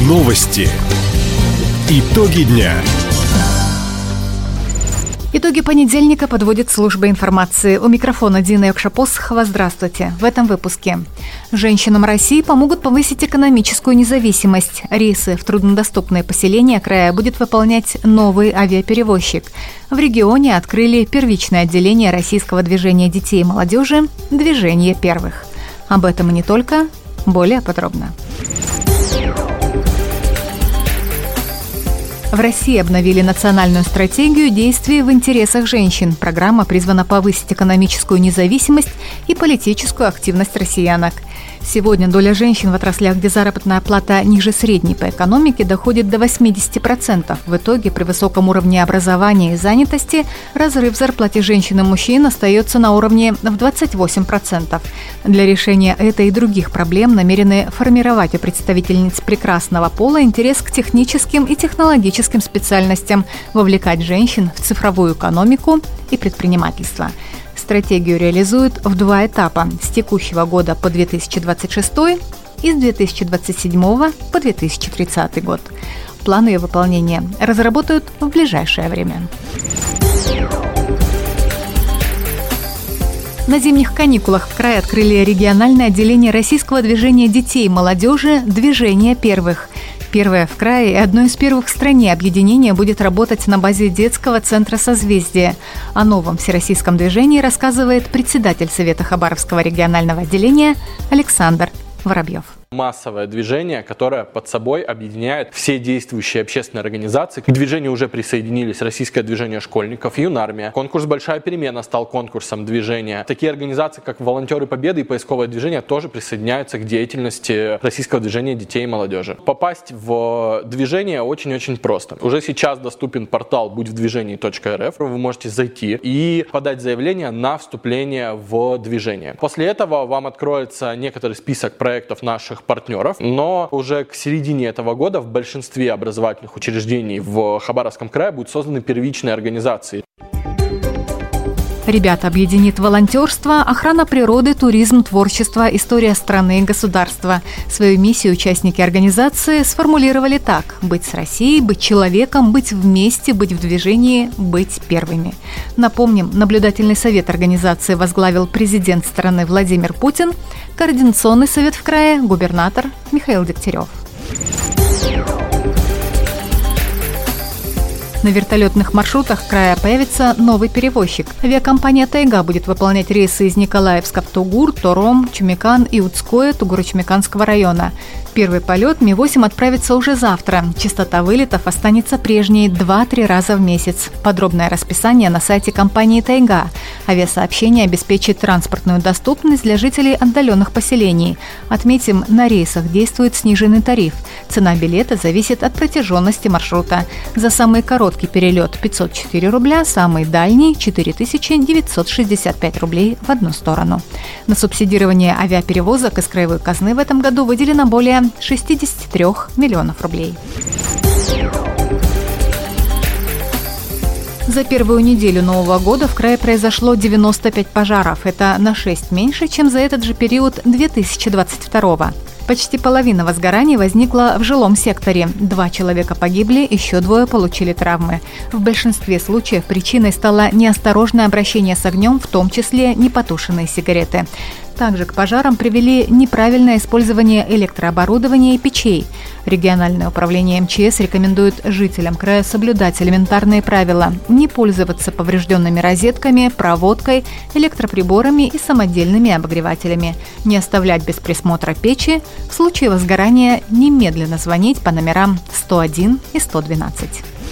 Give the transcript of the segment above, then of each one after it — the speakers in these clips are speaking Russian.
Новости. Итоги дня. Итоги понедельника подводит служба информации. У микрофона Дина Якшапосхова. Здравствуйте. В этом выпуске. Женщинам России помогут повысить экономическую независимость. Рейсы в труднодоступные поселения края будет выполнять новый авиаперевозчик. В регионе открыли первичное отделение российского движения детей и молодежи «Движение первых». Об этом и не только. Более подробно. В России обновили национальную стратегию действий в интересах женщин. Программа призвана повысить экономическую независимость и политическую активность россиянок. Сегодня доля женщин в отраслях, где заработная плата ниже средней по экономике, доходит до 80%. В итоге при высоком уровне образования и занятости разрыв в зарплате женщин и мужчин остается на уровне в 28%. Для решения этой и других проблем намерены формировать у представительниц прекрасного пола интерес к техническим и технологическим специальностям, вовлекать женщин в цифровую экономику и предпринимательство. Стратегию реализуют в 2 этапа – с текущего года по 2026 и с 2027 по 2030 год. План ее выполнения разработают в ближайшее время. На зимних каникулах в крае открыли региональное отделение российского движения детей и молодежи «Движение первых». Первое в крае и одно из первых в стране объединение будет работать на базе детского центра «Созвездие». О новом всероссийском движении рассказывает председатель Совета Хабаровского регионального отделения Александр Воробьев. Массовое движение, которое под собой объединяет все действующие общественные организации. К движению уже присоединились Российское движение школьников, Юнармия. Конкурс «Большая перемена» стал конкурсом движения. Такие организации, как «Волонтеры Победы» и «Поисковое движение» тоже присоединяются к деятельности Российского движения детей и молодежи. Попасть в движение очень-очень просто. Уже сейчас доступен портал будьвдвижении.рф. Вы можете зайти и подать заявление на вступление в движение. После этого вам откроется некоторый список проектов наших партнеров, но уже к середине этого года в большинстве образовательных учреждений в Хабаровском крае будут созданы первичные организации. Ребята объединит волонтерство, охрана природы, туризм, творчество, история страны и государства. Свою миссию участники организации сформулировали так: быть с Россией, быть человеком, быть вместе, быть в движении, быть первыми. Напомним, наблюдательный совет организации возглавил президент страны Владимир Путин, координационный совет в крае – губернатор Михаил Дегтярев. На вертолетных маршрутах края появится новый перевозчик. Авиакомпания «Тайга» будет выполнять рейсы из Николаевска в Тугур, Тором, Чумикан и Удское Тугуро-Чумиканского района. Первый полет Ми-8 отправится уже завтра. Частота вылетов останется прежней 2-3 раза в месяц. Подробное расписание на сайте компании «Тайга». Авиасообщение обеспечит транспортную доступность для жителей отдаленных поселений. Отметим, на рейсах действует сниженный тариф. Цена билета зависит от протяженности маршрута. За самый короткий перелет 504 рубля, самый дальний 4965 рублей в одну сторону. На субсидирование авиаперевозок из краевой казны в этом году выделено более 63 миллионов рублей. За первую неделю Нового года в крае произошло 95 пожаров. Это на 6 меньше, чем за этот же период 2022. Почти половина возгораний возникла в жилом секторе. 2 человека погибли, еще 2 получили травмы. В большинстве случаев причиной стало неосторожное обращение с огнем, в том числе непотушенные сигареты. Также к пожарам привели неправильное использование электрооборудования и печей. Региональное управление МЧС рекомендует жителям края соблюдать элементарные правила: не пользоваться поврежденными розетками, проводкой, электроприборами и самодельными обогревателями, не оставлять без присмотра печи, в случае возгорания немедленно звонить по номерам 101 и 112.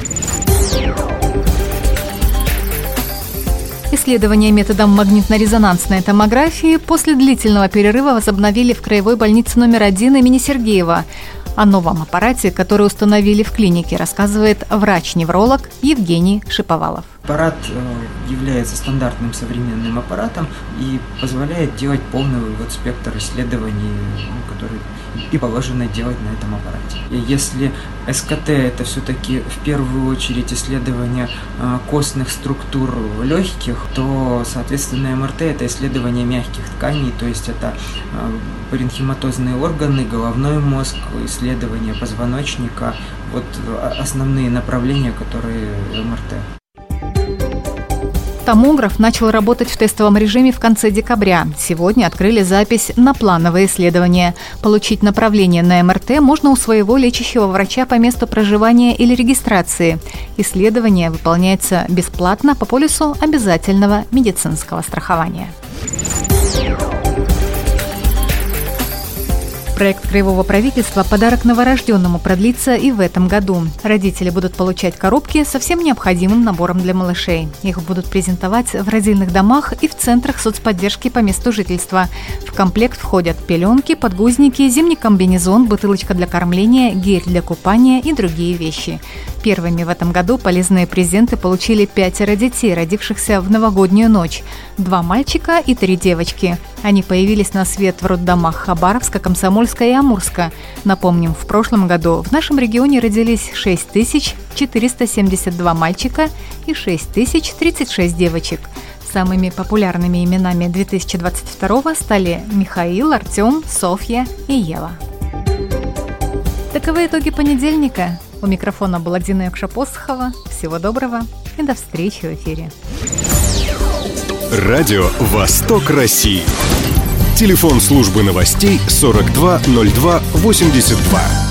Исследования методом магнитно-резонансной томографии после длительного перерыва возобновили в краевой больнице номер 1 имени Сергеева. О новом аппарате, который установили в клинике, рассказывает врач-невролог Евгений Шиповалов. Аппарат является стандартным современным аппаратом и позволяет делать полный спектр исследований, которые и положено делать на этом аппарате. И если СКТ – это все-таки в первую очередь исследование костных структур легких, то, соответственно, МРТ – это исследование мягких тканей, то есть это паренхиматозные органы, головной мозг, исследование позвоночника, основные направления, которые МРТ. Томограф начал работать в тестовом режиме в конце декабря. Сегодня открыли запись на плановые исследования. Получить направление на МРТ можно у своего лечащего врача по месту проживания или регистрации. Исследование выполняется бесплатно по полису обязательного медицинского страхования. Проект краевого правительства «Подарок новорожденному» продлится и в этом году. Родители будут получать коробки со всем необходимым набором для малышей. Их будут презентовать в родильных домах и в центрах соцподдержки по месту жительства. В комплект входят пеленки, подгузники, зимний комбинезон, бутылочка для кормления, гель для купания и другие вещи. Первыми в этом году полезные презенты получили 5 детей, родившихся в новогоднюю ночь. 2 мальчика и 3 девочки. Они появились на свет в роддомах Хабаровска, Комсомольска и Амурска. Напомним, в прошлом году в нашем регионе родились 6472 мальчика и 6036 девочек. Самыми популярными именами 2022 стали Михаил, Артем, Софья и Ева. Таковы итоги понедельника. У микрофона была Дина Якша-Посохова. Всего доброго и до встречи в эфире. Радио «Восток России». Телефон службы новостей 420282.